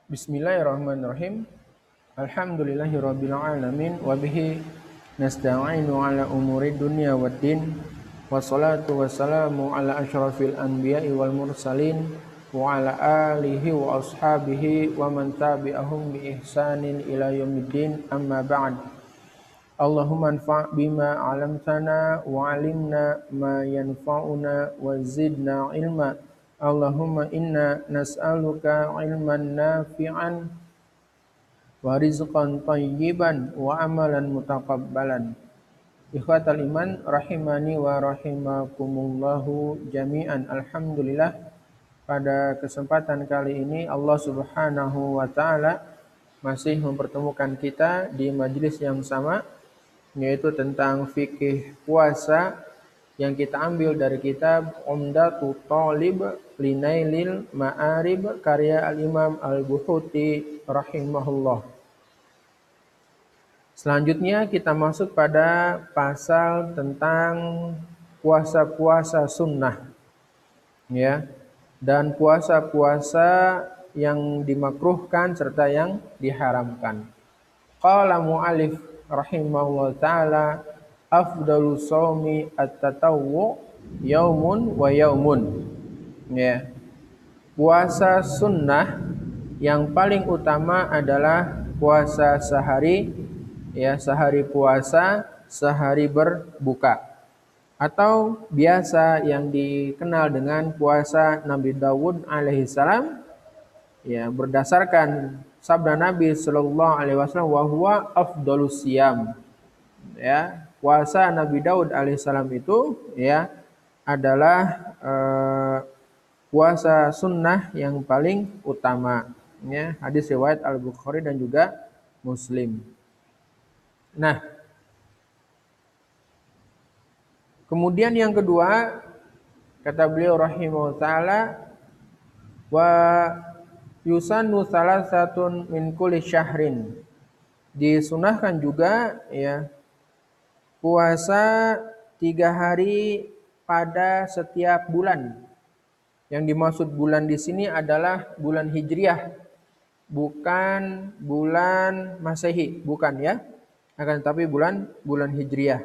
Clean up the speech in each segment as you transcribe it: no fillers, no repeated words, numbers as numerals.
Bismillahirrahmanirrahim. Alhamdulillahirabbil alamin wa bihi nasta'inu ala umuri dunya waddin. Wassalatu wassalamu ala asyrafil anbiya'i wal mursalin wa ala alihi wa ashabihi wa man tabi'ahum bi ihsanin ila yaumiddin. Amma ba'd. Allahumma anfa' bima 'allamtana wa 'allimna ma yanfa'una wa zidna ilma. Allahumma inna nas'aluka ilman nafi'an wa rizqan thayyiban wa amalan mutaqabbalan. Ikhwatal iman rahimani wa rahimakumullahu jami'an. Alhamdulillah, pada kesempatan kali ini Allah Subhanahu wa taala masih mempertemukan kita di majelis yang sama, yaitu tentang fikih puasa yang kita ambil dari kitab Umdatul Thalib Linailil Ma'arib karya Al-Imam Al-Buhuti rahimahullah. Selanjutnya kita masuk pada pasal tentang puasa-puasa sunnah, ya, dan puasa-puasa yang dimakruhkan serta yang diharamkan. Qala mu'alif rahimahullah ta'ala, afdalu shaumi at-tatawwu yaumun wa yaumun. Ya. Puasa sunnah yang paling utama adalah puasa sehari, ya, sehari puasa, sehari berbuka. Atau biasa yang dikenal dengan puasa Nabi Dawud alaihissalam, ya, berdasarkan sabda Nabi Shallallahu Alaihi Wasallam, wahwa afdolus siyam, ya, puasa Nabi Daud alaihissalam itu, ya, adalah puasa sunnah yang paling utama, ya, hadis riwayat Al Bukhari dan juga Muslim. Nah, kemudian yang kedua, kata beliau rahimahullah taala, wa yusannu salasatun min kulli syahrin, disunahkan juga, ya, puasa 3 hari pada setiap bulan. Yang dimaksud bulan di sini adalah bulan Hijriah, bukan bulan Masehi, bukan, ya, akan tetapi bulan Hijriah.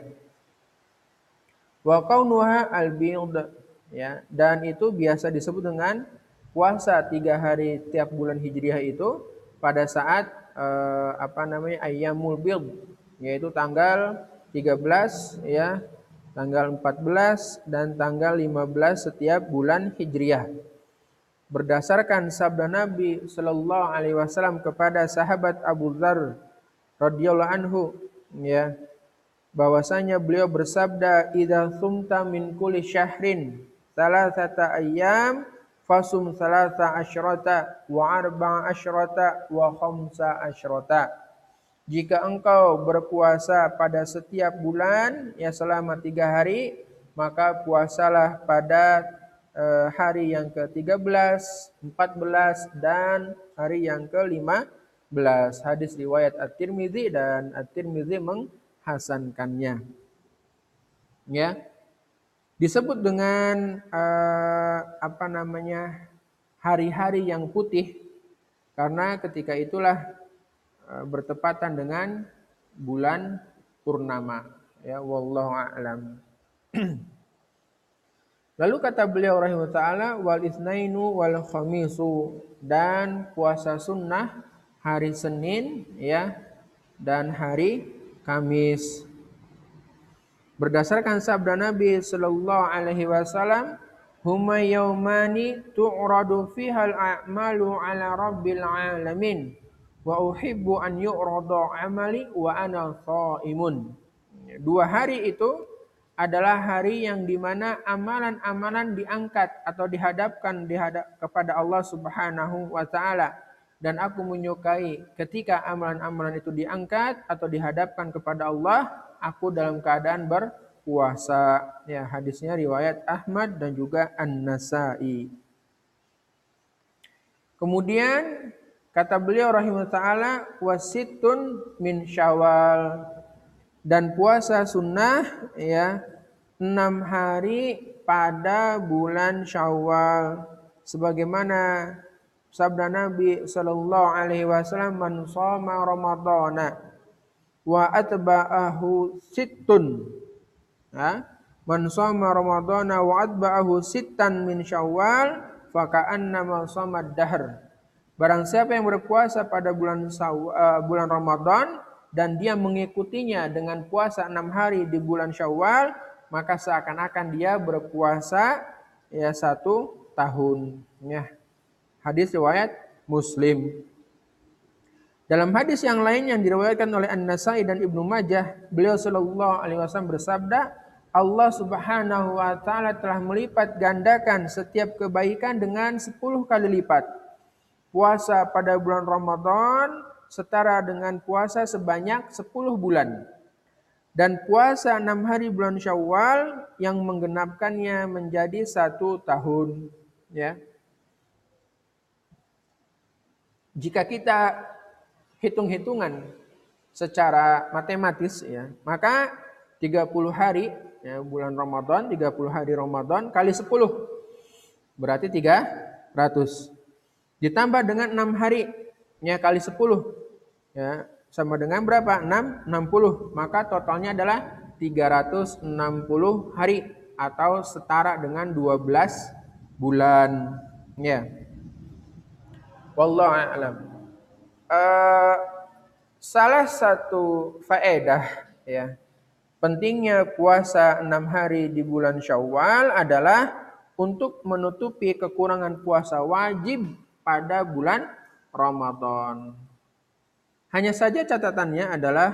Wa kaunuha al-bid, ya, dan itu biasa disebut dengan puasa 3 hari tiap bulan Hijriah itu pada saat ayyamul bid, yaitu tanggal 13, ya, tanggal 14 dan tanggal 15 setiap bulan Hijriah. Berdasarkan sabda Nabi Shallallahu Alaihi Wasallam kepada sahabat Abu Dzar radhiyallahu anhu, ya, bahwasanya beliau bersabda, idza sumta min kulli syahrin salasata ayyam fasum salasa asyrata wa arba'a asyrata wa khamsa asyrata. Jika engkau berpuasa pada setiap bulan, ya, selama 3 hari, maka puasalah pada hari yang ke-13, 14 dan hari yang ke-15. Hadis riwayat At-Tirmidzi dan At-Tirmidzi menghasankannya. Ya. Disebut dengan hari-hari yang putih karena ketika itulah bertepatan dengan bulan purnama, ya, wallahu a'lam. Lalu kata beliau rahimahullah taala, wal itsnainu wal khamisu, dan puasa sunnah hari Senin, ya, dan hari Kamis. Berdasarkan sabda Nabi sallallahu alaihi wasallam, huma yaumani tu'radu fihal a'malu ala rabbil alamin wa uhibbu an yu'rada amali wa ana shaimun. 2 hari itu adalah hari yang dimana amalan-amalan diangkat atau dihadapkan kepada Allah Subhanahu wa taala, dan aku menyukai ketika amalan-amalan itu diangkat atau dihadapkan kepada Allah, aku dalam keadaan berpuasa. Ya, hadisnya riwayat Ahmad dan juga An-Nasa'i. Kemudian kata beliau rahimahullah taala, wasitun min Syawal, dan puasa sunnah, ya, 6 hari pada bulan Syawal, sebagaimana Sabda Nabi sallallahu alaihi wasallam, "Man shoma ramadhana wa atba'ahu sittun." Ya. Man shoma ramadhana wa atba'ahu sittan min Syawal faka'annama shomad dahr. Barang siapa yang berpuasa pada bulan Ramadan dan dia mengikutinya dengan puasa 6 hari di bulan Syawal, maka seakan-akan dia berpuasa 1 tahun. Ya. Hadis riwayat Muslim. Dalam hadis yang lain yang diriwayatkan oleh An-Nasai dan Ibnu Majah, beliau sallallahu alaihi wasallam bersabda, Allah Subhanahu wa taala telah melipat gandakan setiap kebaikan dengan 10 kali lipat. Puasa pada bulan Ramadan setara dengan puasa sebanyak 10 bulan. Dan puasa 6 hari bulan Syawal yang menggenapkannya menjadi 1 tahun. Ya. Jika kita hitung-hitungan secara matematis, ya, maka 30 hari ya, bulan Ramadan, 30 hari Ramadan kali 10 berarti 300. Ditambah dengan 6 hari ya, kali 10 ya, sama dengan berapa? 60. Maka totalnya adalah 360 hari atau setara dengan 12 bulan ya. Wallahu a'lam. Salah satu faedah ya, pentingnya puasa 6 hari di bulan Syawal adalah untuk menutupi kekurangan puasa wajib pada bulan Ramadan. Hanya saja catatannya adalah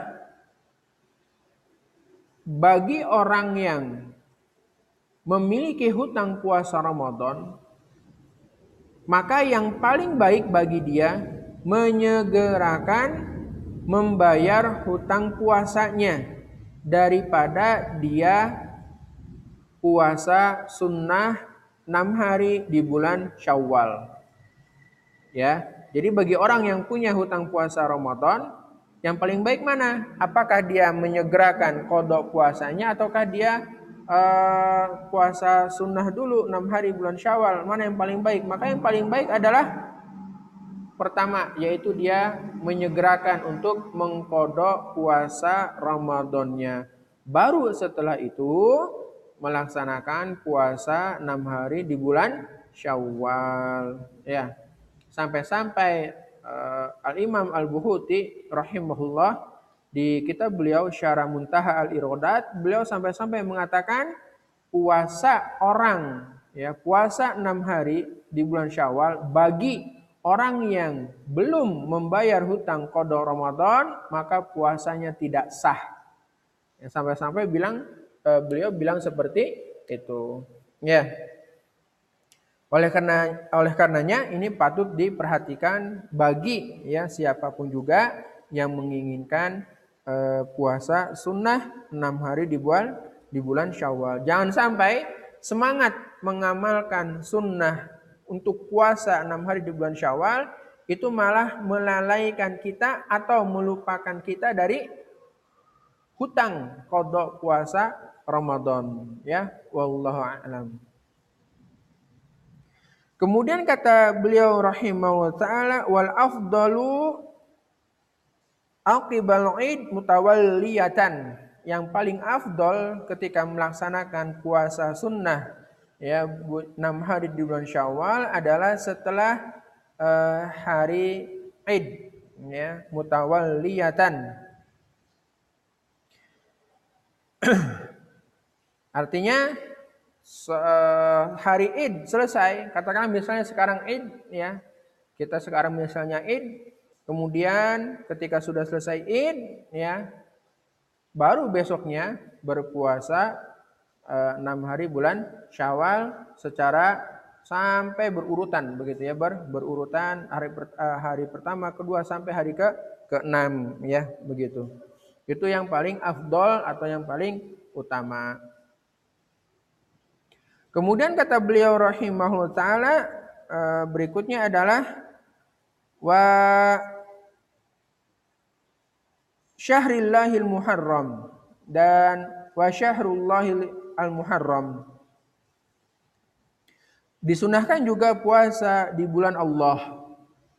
bagi orang yang memiliki hutang puasa Ramadan, maka yang paling baik bagi dia menyegerakan membayar hutang puasanya daripada dia puasa sunnah 6 hari di bulan Syawal. Ya, jadi bagi orang yang punya hutang puasa Ramadan, yang paling baik mana? Apakah dia menyegerakan qada puasanya ataukah dia puasa sunnah dulu 6 hari bulan Syawal? Mana yang paling baik? Maka yang paling baik adalah pertama, yaitu dia menyegerakan untuk mengqada puasa Ramadannya. Baru setelah itu melaksanakan puasa 6 hari di bulan Syawal. Ya. Sampai-sampai Al-Imam Al-Buhuti rahimahullah di kitab beliau Syarah Muntaha Al-Irodat, beliau sampai-sampai mengatakan puasa orang ya, puasa 6 hari di bulan Syawal bagi orang yang belum membayar hutang qada Ramadan, maka puasanya tidak sah. Ya, sampai-sampai beliau bilang seperti itu. Ya. Oleh karenanya ini patut diperhatikan bagi ya siapapun juga yang menginginkan puasa sunnah 6 hari di bulan Syawal. Jangan sampai semangat mengamalkan sunnah untuk puasa 6 hari di bulan Syawal itu malah melalaikan kita atau melupakan kita dari hutang qada puasa Ramadan ya. Wallahu a'lam. Kemudian kata beliau rahimahullah ta'ala, wal afdalu aqibal id mutawalliyatan. Yang paling afdol ketika melaksanakan puasa sunnah ya 6 hari di bulan Syawal adalah setelah hari id ya, mutawalliyatan. Artinya hari Id selesai, katakanlah misalnya sekarang Id ya. Kita sekarang misalnya Id, kemudian ketika sudah selesai Id ya, baru besoknya berpuasa 6 hari bulan Syawal secara sampai berurutan begitu ya, berurutan hari pertama, kedua sampai hari ke-6 ya, begitu. Itu yang paling afdol atau yang paling utama. Kemudian kata beliau rahimahullah ta'ala berikutnya adalah wa syahrillahil muharram dan wa syahrullahil al-muharram. Disunahkan juga puasa di bulan Allah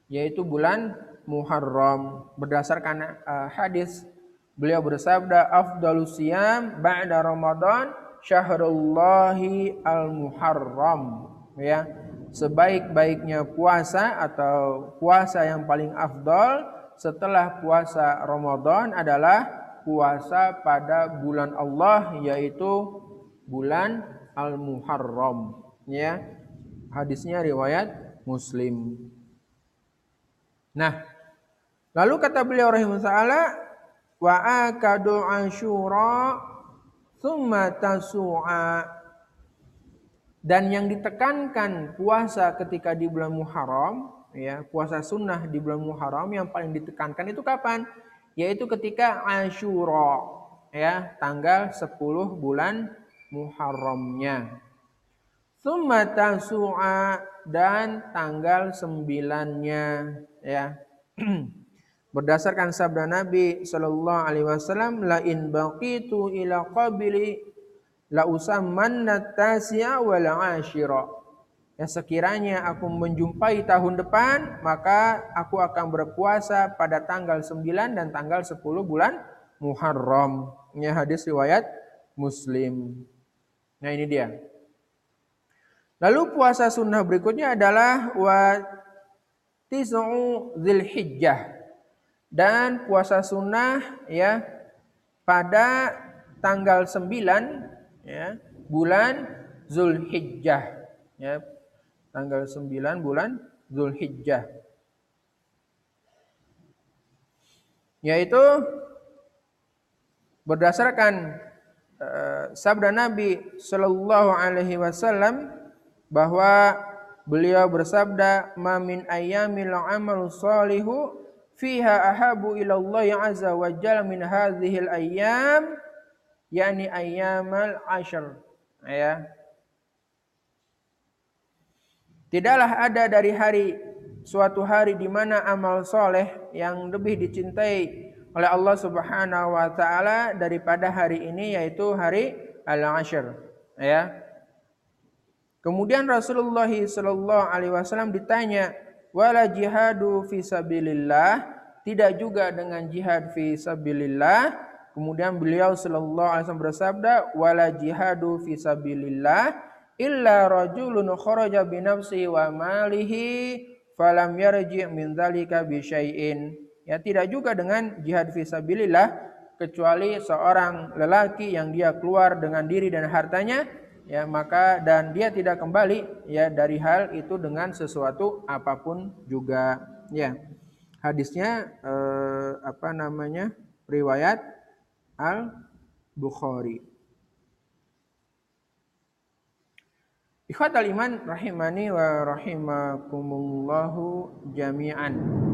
yaitu bulan Muharram. Berdasarkan hadis, beliau bersabda, afdalus siyam ba'da Ramadan syahrullahi al-Muharram. Ya, sebaik-baiknya puasa atau puasa yang paling afdal setelah puasa Ramadan adalah puasa pada bulan Allah, yaitu bulan Al-Muharram. Ya, hadisnya riwayat Muslim. Nah, lalu kata beliau rahimahullah, wa akadu Asyura tsumma Tasu'a. Dan yang ditekankan puasa ketika di bulan Muharram, ya, puasa sunnah di bulan Muharram yang paling ditekankan itu kapan? Yaitu ketika Asyura, ya, tanggal 10 bulan Muharramnya. Tsumma Tasu'a, dan tanggal 9-nya, ya. Berdasarkan sabda Nabi sallallahu alaihi wasallam, la in baqitu ila qabli la usammanna tasi'a wal 'ashira. Ya, sekiranya aku menjumpai tahun depan, maka aku akan berpuasa pada tanggal 9 dan tanggal 10 bulan Muharram. Ini hadis riwayat Muslim. Nah, ini dia. Lalu puasa sunnah berikutnya adalah wa tis'u Dzulhijjah. Dan puasa sunnah, ya, pada tanggal 9, ya, bulan Zulhijjah, ya, tanggal 9 bulan Zulhijjah, yaitu berdasarkan sabda Nabi sallallahu alaihi wasallam bahwa beliau bersabda, ma min ayyamil amal salihu fiha ahabu ila Allah azza wa jalla min hadhil ayyam, yakni ayyamal ashr. Ya. Tidaklah ada dari suatu hari di mana amal soleh yang lebih dicintai oleh Allah Subhanahu wa taala daripada hari ini, yaitu hari al-ashr, ya. Kemudian Rasulullah sallallahu alaihi wasallam ditanya, wala jihadu fi sabilillah, tidak juga dengan jihad fi sabilillah. Kemudian beliau sallallahu alaihi wasallam bersabda, wala jihadu fi sabilillah illa rajulun kharaja bi nafsihi wa malihi falam yarji' min dzalika bi syai'in. Ya, tidak juga dengan jihad fi sabilillah kecuali seorang lelaki yang dia keluar dengan diri dan hartanya, ya, maka dan dia tidak kembali, ya, dari hal itu dengan sesuatu apapun juga, ya. Hadisnya riwayat Al-Bukhari. Ikhwatal iman rahimani wa rahimakumullahu jami'an.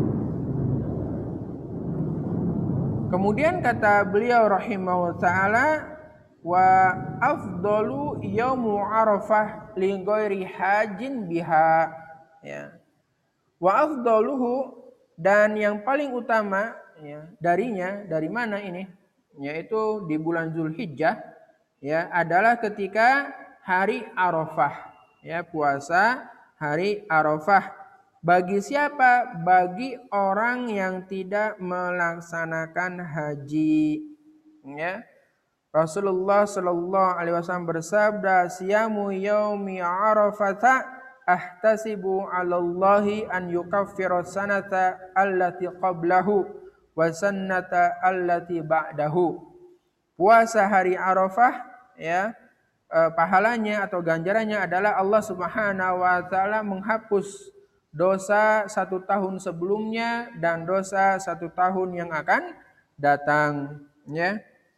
Kemudian kata beliau rahimahullah ta'ala, wa afdalu yaumu arafah li ghairi hajin biha, ya. Wa afdaluhu, dan yang paling utama, ya, darinya, dari mana ini? Yaitu di bulan Zulhijjah, ya, adalah ketika hari Arafah, ya, puasa hari Arafah. Bagi siapa? Bagi orang yang tidak melaksanakan haji, ya. Rasulullah sallallahu alaihi wasallam bersabda, siyamu yaumi arafata ahtasibu 'ala Allahi an yukaffira sanata allati qablahu wa sannata allati ba'dahu. Puasa hari Arafah, ya, pahalanya atau ganjarannya adalah Allah Subhanahu wa taala menghapus dosa 1 tahun sebelumnya dan dosa 1 tahun yang akan datang, ya.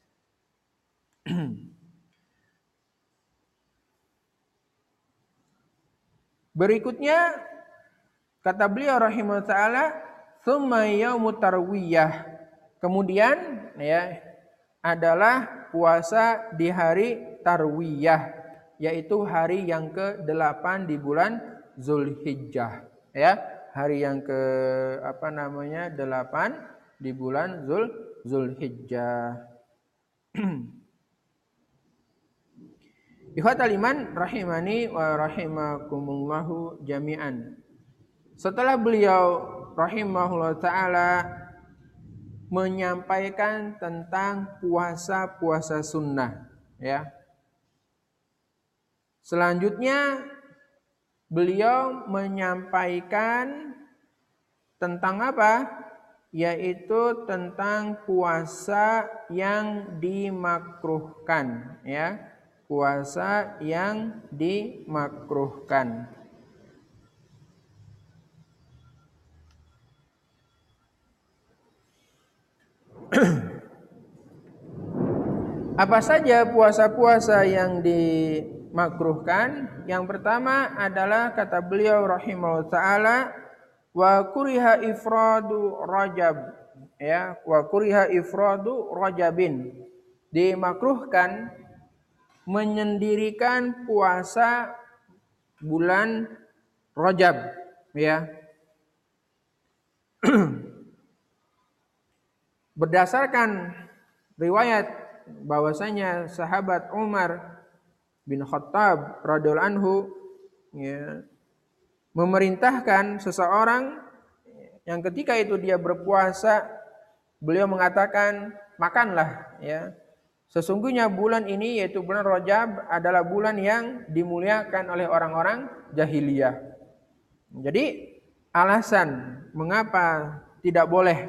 Berikutnya kata beliau rahimahullah taala, tsumma yaumut tarwiyah. Kemudian, ya, adalah puasa di hari tarwiyah, yaitu hari yang ke-8 di bulan Zulhijjah, ya. Hari yang ke-8 di bulan Zulhijjah. Ikhwatal iman rahimani wa rahimakumullahu jami'an. Setelah beliau rahimahullah taala menyampaikan tentang puasa-puasa sunnah, ya. Selanjutnya beliau menyampaikan tentang apa? Yaitu tentang puasa yang dimakruhkan, ya. Puasa yang dimakruhkan. Apa saja puasa-puasa yang dimakruhkan? Yang pertama adalah kata beliau rahimahullah taala wa kuriha ifradu rajab, ya, wa kuriha ifradu rajabin. Dimakruhkan menyendirikan puasa bulan Rajab, ya. Berdasarkan riwayat bahwasanya sahabat Umar bin Khattab radhiyallahu anhu, ya, memerintahkan seseorang yang ketika itu dia berpuasa, beliau mengatakan, makanlah, ya. Sesungguhnya bulan ini yaitu bulan Rajab adalah bulan yang dimuliakan oleh orang-orang jahiliyah. Jadi alasan mengapa tidak boleh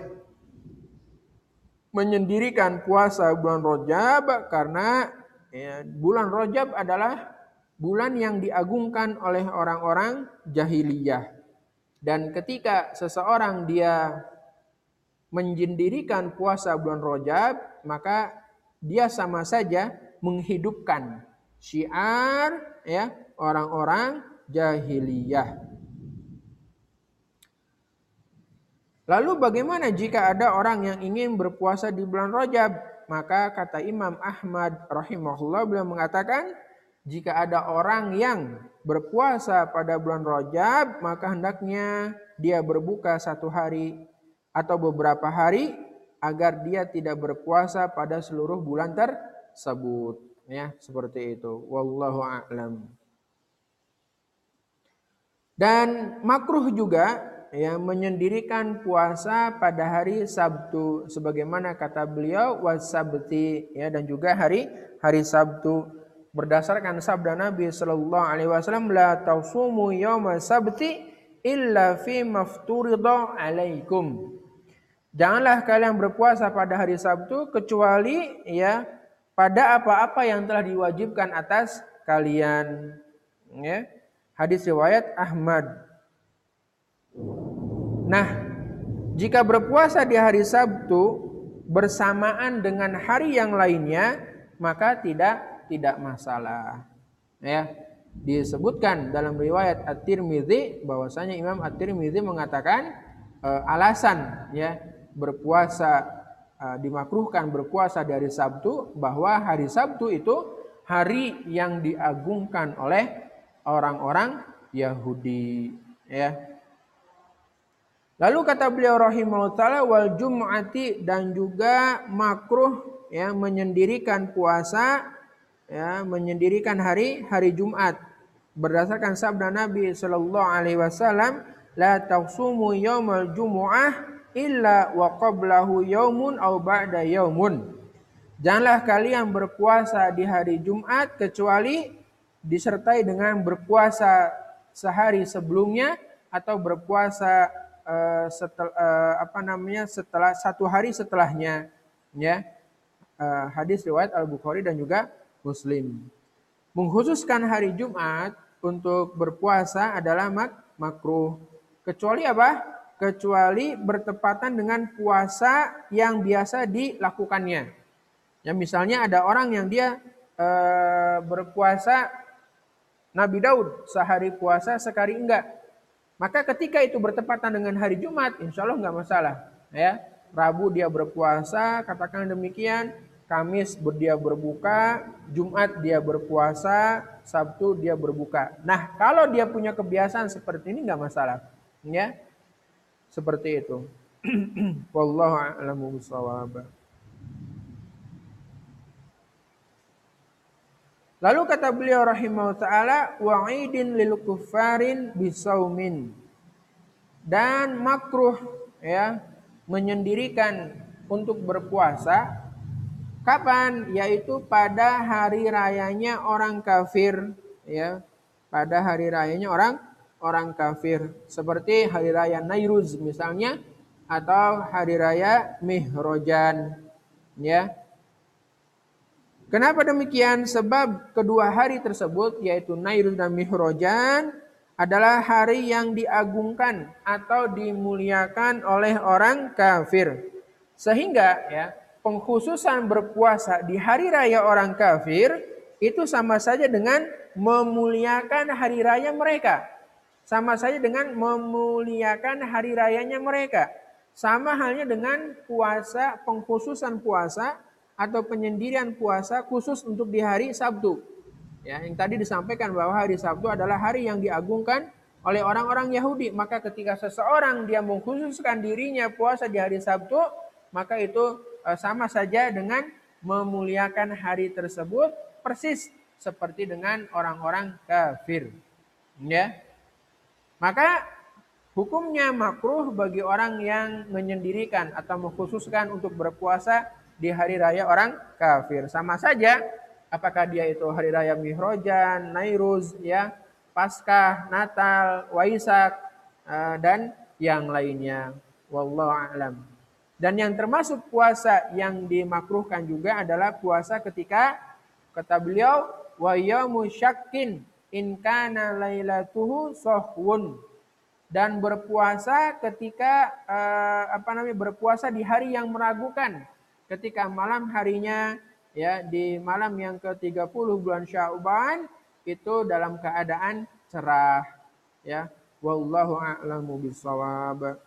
menyendirikan puasa bulan Rajab karena, ya, bulan Rajab adalah bulan yang diagungkan oleh orang-orang jahiliyah. Dan ketika seseorang dia menyendirikan puasa bulan Rajab, maka dia sama saja menghidupkan syiar, ya, orang-orang jahiliyah. Lalu bagaimana jika ada orang yang ingin berpuasa di bulan Rajab? Maka kata Imam Ahmad rahimahullah, beliau mengatakan, jika ada orang yang berpuasa pada bulan Rajab, maka hendaknya dia berbuka 1 hari atau beberapa hari agar dia tidak berpuasa pada seluruh bulan tersebut, ya, seperti itu. Wallahu a'lam. Dan makruh juga, ya, menyendirikan puasa pada hari Sabtu sebagaimana kata beliau wasabti, ya, dan juga hari Sabtu berdasarkan sabda Nabi sallallahu alaihi wasallam, la tausumu yauma sabti illa fi mafturida alaikum. Janganlah kalian berpuasa pada hari Sabtu kecuali, ya, pada apa-apa yang telah diwajibkan atas kalian, ya. Hadis riwayat Ahmad. Nah, jika berpuasa di hari Sabtu bersamaan dengan hari yang lainnya, maka tidak masalah, ya. Disebutkan dalam riwayat At-Tirmidzi bahwasanya Imam At-Tirmidzi mengatakan alasan, ya, berpuasa dimakruhkan berpuasa dari Sabtu, bahwa hari Sabtu itu hari yang diagungkan oleh orang-orang Yahudi, ya. Lalu kata beliau rahimahullah taala wal jum'ati, dan juga makruh, ya, menyendirikan puasa, ya, menyendirikan hari Jumat berdasarkan sabda Nabi sallallahu alaihi wasallam, la tausumu yaumal jumu'ah illa wa qablahu yaumun aw ba'da yaumun. Janganlah kalian berpuasa di hari Jumat kecuali disertai dengan berpuasa sehari sebelumnya atau berpuasa setelah 1 hari setelahnya, ya. Hadis riwayat Al-Bukhari dan juga Muslim. Mengkhususkan hari Jumat untuk berpuasa adalah makruh. Kecuali apa? Kecuali bertepatan dengan puasa yang biasa dilakukannya. Ya, misalnya ada orang yang dia berpuasa Nabi Daud sehari puasa sekali enggak. Maka ketika itu bertepatan dengan hari Jumat, insya Allah enggak masalah, ya. Rabu dia berpuasa, katakan demikian. Kamis dia berbuka, Jumat dia berpuasa, Sabtu dia berbuka. Nah, kalau dia punya kebiasaan seperti ini enggak masalah, ya. Seperti itu. Wallahu a'lamu bishawab. Lalu kata beliau rahimahullah taala wa'idin lil kuffarin bisaumin. dan makruh ya menyendirikan untuk berpuasa kapan? Yaitu pada hari rayanya orang kafir ya. Pada hari rayanya orang kafir seperti hari raya Nairuz misalnya atau hari raya Mihrojan ya. Kenapa demikian? Sebab kedua hari tersebut yaitu Nairuz dan Mihrojan adalah hari yang diagungkan atau dimuliakan oleh orang kafir. Sehingga ya, pengkhususan berpuasa di hari raya orang kafir itu sama saja dengan memuliakan hari raya mereka. Sama saja dengan memuliakan hari rayanya mereka. Sama halnya dengan puasa, pengkhususan puasa atau penyendirian puasa khusus untuk di hari Sabtu. Ya, yang tadi disampaikan bahwa hari Sabtu adalah hari yang diagungkan oleh orang-orang Yahudi. Maka ketika seseorang dia mengkhususkan dirinya puasa di hari Sabtu, maka itu sama saja dengan memuliakan hari tersebut persis seperti dengan orang-orang kafir. Ya. Maka hukumnya makruh bagi orang yang menyendirikan atau mengkhususkan untuk berpuasa di hari raya orang kafir. Sama saja apakah dia itu hari raya Mihrojan, Nairuz, ya, Paskah, Natal, Waisak, dan yang lainnya. Wallahu a'lam. Dan yang termasuk puasa yang dimakruhkan juga adalah puasa ketika kata beliau wa yaumu syakkin in kana lailatuhu sahwun, dan berpuasa ketika berpuasa di hari yang meragukan, ketika malam harinya ya di malam yang ke-30 bulan Sya'ban itu dalam keadaan cerah ya. Wallahu a'lamu bishawab.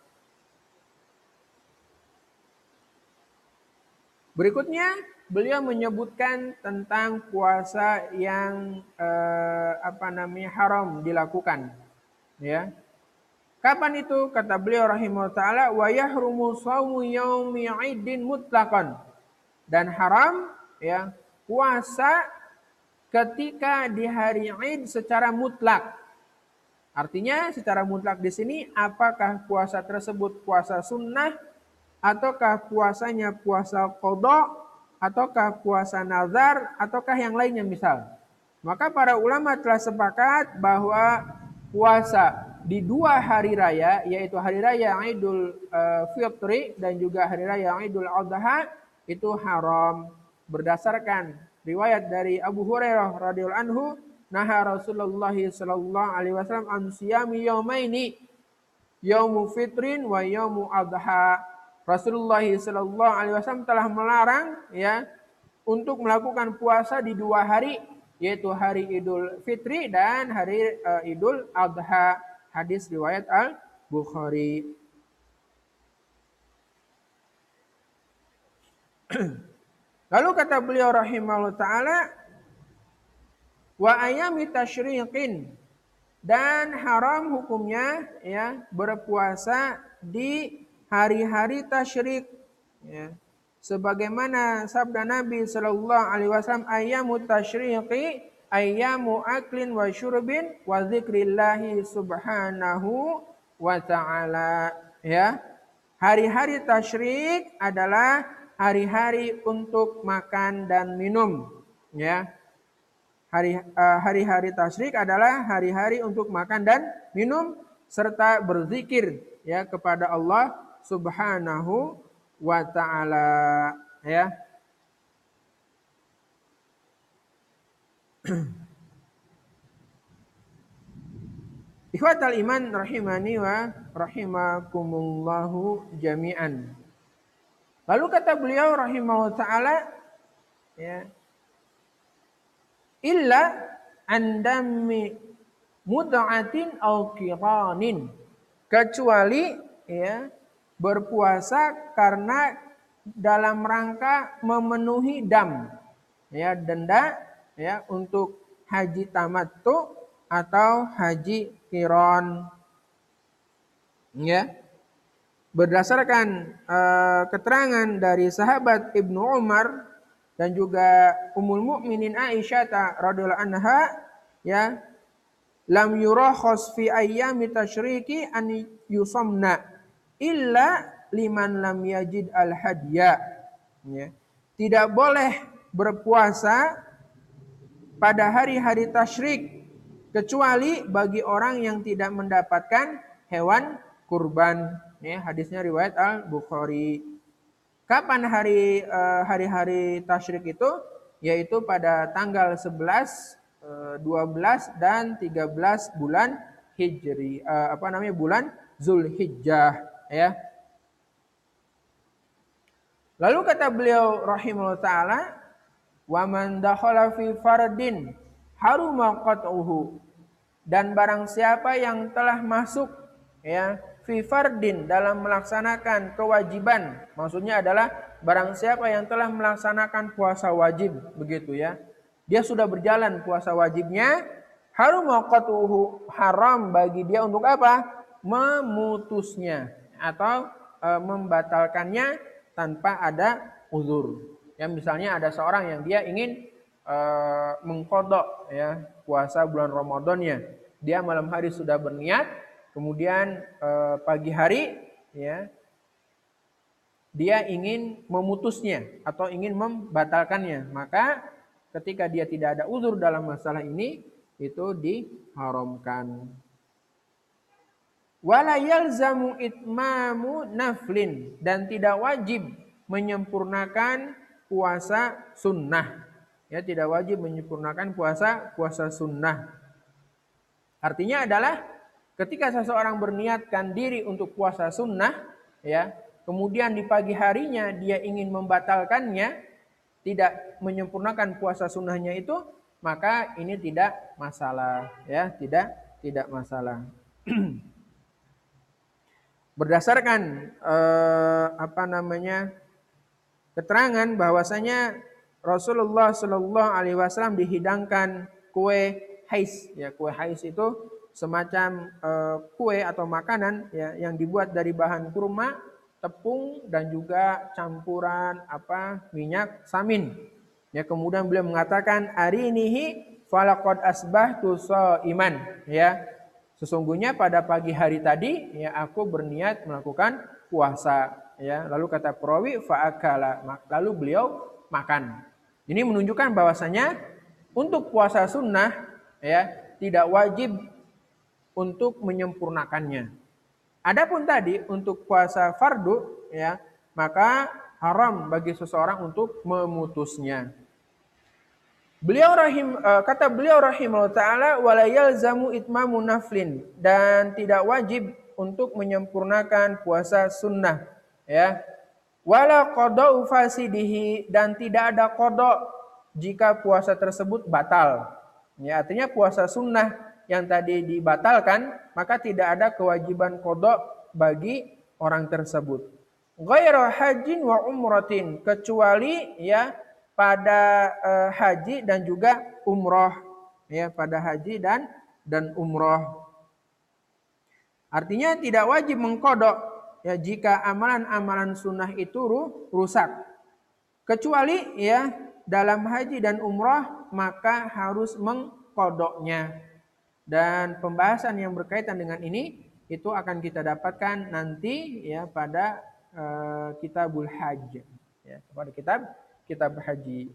Berikutnya beliau menyebutkan tentang puasa yang haram dilakukan ya. Kapan itu? Kata beliau rahimahullah taala, wa yahrumu shaumu yaumi 'idin mutlaqan. Dan haram ya puasa ketika di hari Id secara mutlak. Artinya secara mutlak di sini apakah puasa tersebut puasa sunnah ataukah puasanya puasa qadha ataukah puasa nazar ataukah yang lainnya misal. Maka para ulama telah sepakat bahwa puasa di dua hari raya yaitu hari raya Idul Fitri dan juga hari raya Idul Adha itu haram berdasarkan riwayat dari Abu Hurairah radhiyallahu anhu, naha Rasulullah sallallahu alaihi wasallam an siyami yaumaini yaumu fitrin wa yaumu adha. Rasulullah sallallahu alaihi wasallam telah melarang ya untuk melakukan puasa di dua hari yaitu hari Idul Fitri dan hari Idul Adha. Hadis riwayat Al-Bukhari. Lalu kata beliau rahimahullah taala wa ayami tasyriqin, dan haram hukumnya ya berpuasa di hari-hari tasyrik ya. Sebagaimana sabda Nabi sallallahu alaihi wasallam ayyamu tasyriqi ayyamu aklin wa syurbin wa dzikrillahi subhanahu wa ta'ala ya. Hari-hari tasyrik adalah hari-hari untuk makan dan minum ya. Hari-hari tasyrik adalah hari-hari untuk makan dan minum serta berzikir ya kepada Allah Subhanahu wa taala ya. Ikhwatal iman rahimani wa rahimakumullahu jami'an. Lalu kata beliau rahimahullah taala ya, illa andami mud'atin aw qiranin, kecuali ya berpuasa karena dalam rangka memenuhi dam ya denda ya untuk haji tamattu atau haji qiran ya. Berdasarkan keterangan dari sahabat Ibnu Umar dan juga Ummul Mukminin Aisyah radhiyallahu anha ya, lam yurakhas fi ayyami tasyriki yusamna illa liman lam yajid al-hadya. Ya. Tidak boleh berpuasa pada hari-hari tasyrik kecuali bagi orang yang tidak mendapatkan hewan kurban. Ya, hadisnya riwayat Al-Bukhari. Kapan hari-hari tasyrik itu? Yaitu pada tanggal 11, 12 dan 13 bulan Hijri, bulan Zulhijjah, ya. Lalu kata beliau rahimahullah taala, wa man dakhala fi fardin haruma qat'uhu, dan barang siapa yang telah masuk, ya, fi fardin, dalam melaksanakan kewajiban, maksudnya adalah barang siapa yang telah melaksanakan puasa wajib, begitu ya. Dia sudah berjalan puasa wajibnya, haruma qat'uhu, haram bagi dia untuk apa? Memutusnya atau membatalkannya tanpa ada uzur. Ya, misalnya ada seorang yang dia ingin mengkodok, ya, puasa bulan Ramadannya. Dia malam hari sudah berniat, kemudian pagi hari, ya, dia ingin memutusnya atau ingin membatalkannya. Maka ketika dia tidak ada uzur dalam masalah ini, itu diharamkan. Wala yalzamu itmamu naflin, dan tidak wajib menyempurnakan puasa sunnah. Ya, tidak wajib menyempurnakan puasa sunnah. Artinya adalah ketika seseorang berniatkan diri untuk puasa sunnah, ya, kemudian di pagi harinya dia ingin membatalkannya, tidak menyempurnakan puasa sunnahnya itu, maka ini tidak masalah, ya, tidak masalah. Berdasarkan keterangan bahwasanya Rasulullah Shallallahu Alaihi Wasallam dihidangkan kue hais. Ya, kue hais itu semacam kue atau makanan, ya, yang dibuat dari bahan kurma, tepung, dan juga campuran minyak samin. Ya, kemudian beliau mengatakan, arinihi falaqad asbahtu shaiman. Ya, sesungguhnya pada pagi hari tadi, ya, aku berniat melakukan puasa, ya. Lalu kata perawi faakala, lalu beliau makan. Ini menunjukkan bahwasanya untuk puasa sunnah, ya, tidak wajib untuk menyempurnakannya. Adapun tadi untuk puasa fardu, ya, maka haram bagi seseorang untuk memutusnya. Kata beliau rahimahullah taala, wala yalzamu itmamu naflin, dan tidak wajib untuk menyempurnakan puasa sunnah, ya. Wala qada'u fasidihi, dan tidak ada qada' jika puasa tersebut batal. Ya, artinya puasa sunnah yang tadi dibatalkan, maka tidak ada kewajiban qada' bagi orang tersebut. Ghairu hajjin wa umratin, kecuali, ya, pada haji dan juga umroh, ya, pada haji dan umroh. Artinya tidak wajib mengkodok, ya, jika amalan-amalan sunnah itu rusak, kecuali, ya, dalam haji dan umroh maka harus mengkodoknya. Dan pembahasan yang berkaitan dengan ini itu akan kita dapatkan nanti, ya, pada kitabul hajj, ya, pada kitab haji.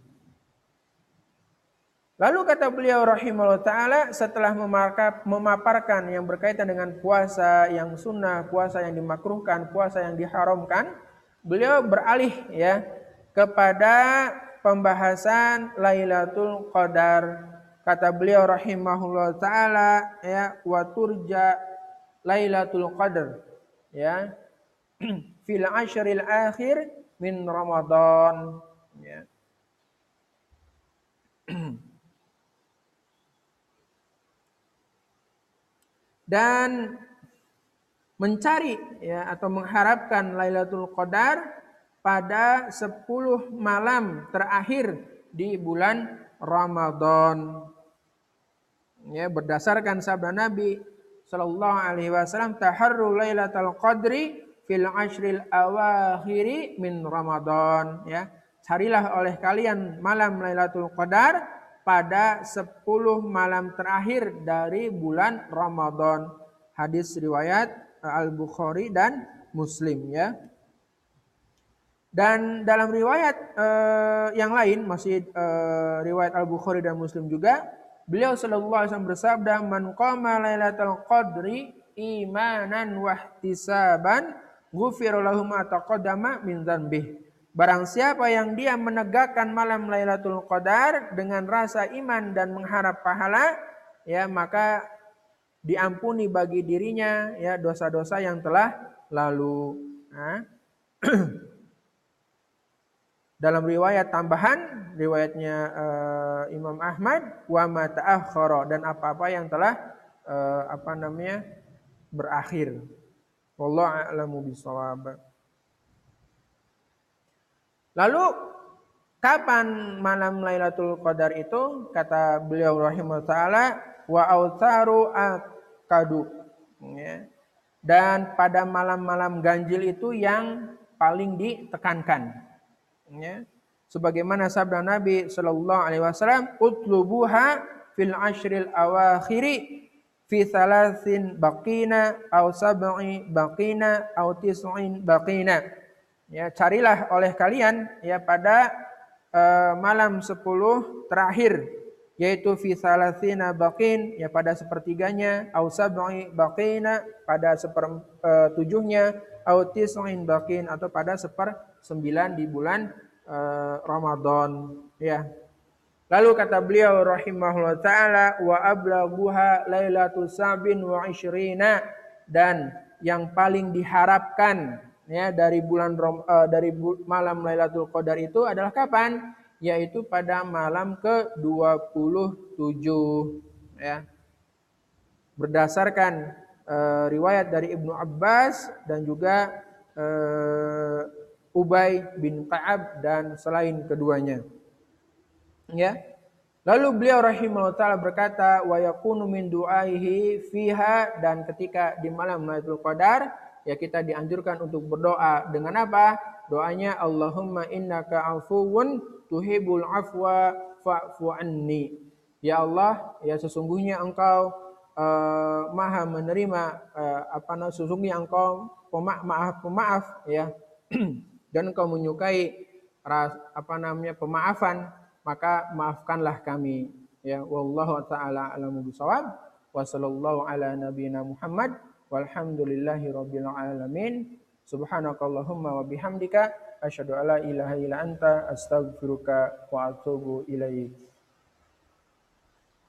Lalu kata beliau rahimahullah ta'ala, setelah memaparkan yang berkaitan dengan puasa yang sunnah, puasa yang dimakruhkan, puasa yang diharamkan, beliau beralih, ya, kepada pembahasan Lailatul Qadar. Kata beliau rahimahullah ta'ala, ya, wa turja Lailatul Qadar, ya, fil ashril akhir min Ramadan, ya. Dan mencari, ya, atau mengharapkan Lailatul Qadar pada 10 malam terakhir di bulan Ramadan. Ya, berdasarkan sabda Nabi sallallahu alaihi wasallam, taharru Lailatul Qadri fil ashril awakhiri min Ramadan, ya. Carilah oleh kalian malam Lailatul Qadar pada 10 malam terakhir dari bulan Ramadan. Hadis riwayat Al-Bukhari dan Muslim ya. Dan dalam riwayat yang lain masih riwayat Al-Bukhari dan Muslim juga, beliau sallallahu alaihi wasallam bersabda, "Man qama lailatul qadri imanan wa ihtisaban, ghufira lahu ma taqaddama min dzanbih." Barang siapa yang dia menegakkan malam Lailatul Qadar dengan rasa iman dan mengharap pahala, ya maka diampuni bagi dirinya ya dosa-dosa yang telah lalu. Nah, dalam riwayat tambahan, riwayatnya Imam Ahmad, wa ma ta'akhkhara, dan apa-apa yang telah berakhir. Wallahu a'lamu bishawab. Lalu kapan malam Lailatul Qadar itu? Kata beliau rahimahullah taala, wa autsaru akadu. Ya. Dan pada malam-malam ganjil itu yang paling ditekankan. Ya. Sebagaimana sabda Nabi sallallahu alaihi wasallam, "Utlubuha fil ashril awakhiri fi thalathin baqina aw sab'i baqina aw tis'in baqina." Ya, carilah oleh kalian ya pada malam 10 terakhir, yaitu fi thalathina baqin, ya pada sepertiganya, au sab'i baqina, pada sepertujuhnya, au tis'in baqin, atau pada 1/9 di bulan Ramadan ya. Lalu kata beliau rahimahullah taala, wa ablaghuha lailatul sabin wa isyrina, dan yang paling diharapkan ya dari malam Lailatul Qadar itu adalah kapan? Yaitu pada malam ke-27 ya. Berdasarkan riwayat dari Ibnu Abbas dan juga Ubay bin Ka'ab dan selain keduanya. Ya. Lalu beliau rahimahullah taala berkata, wa yakunu min du'aihi fiha, dan ketika di malam Lailatul Qadar ya kita dianjurkan untuk berdoa dengan apa? Doanya Allahumma innaka afuwun tuhibbul afwa fa'fu anni. Ya Allah, ya sesungguhnya Engkau Maha menerima sesungguhnya Engkau pemaaf ya. Dan Engkau menyukai pemaafan, maka maafkanlah kami ya. Wallahu taala a'lamu bishawab. Wa sallallahu ala nabiyyina Muhammad walhamdulillahi rabbil alamin. Subhanakallahumma wa bihamdika asyhadu alla ilaha illa anta astaghfiruka wa atubu ilaik.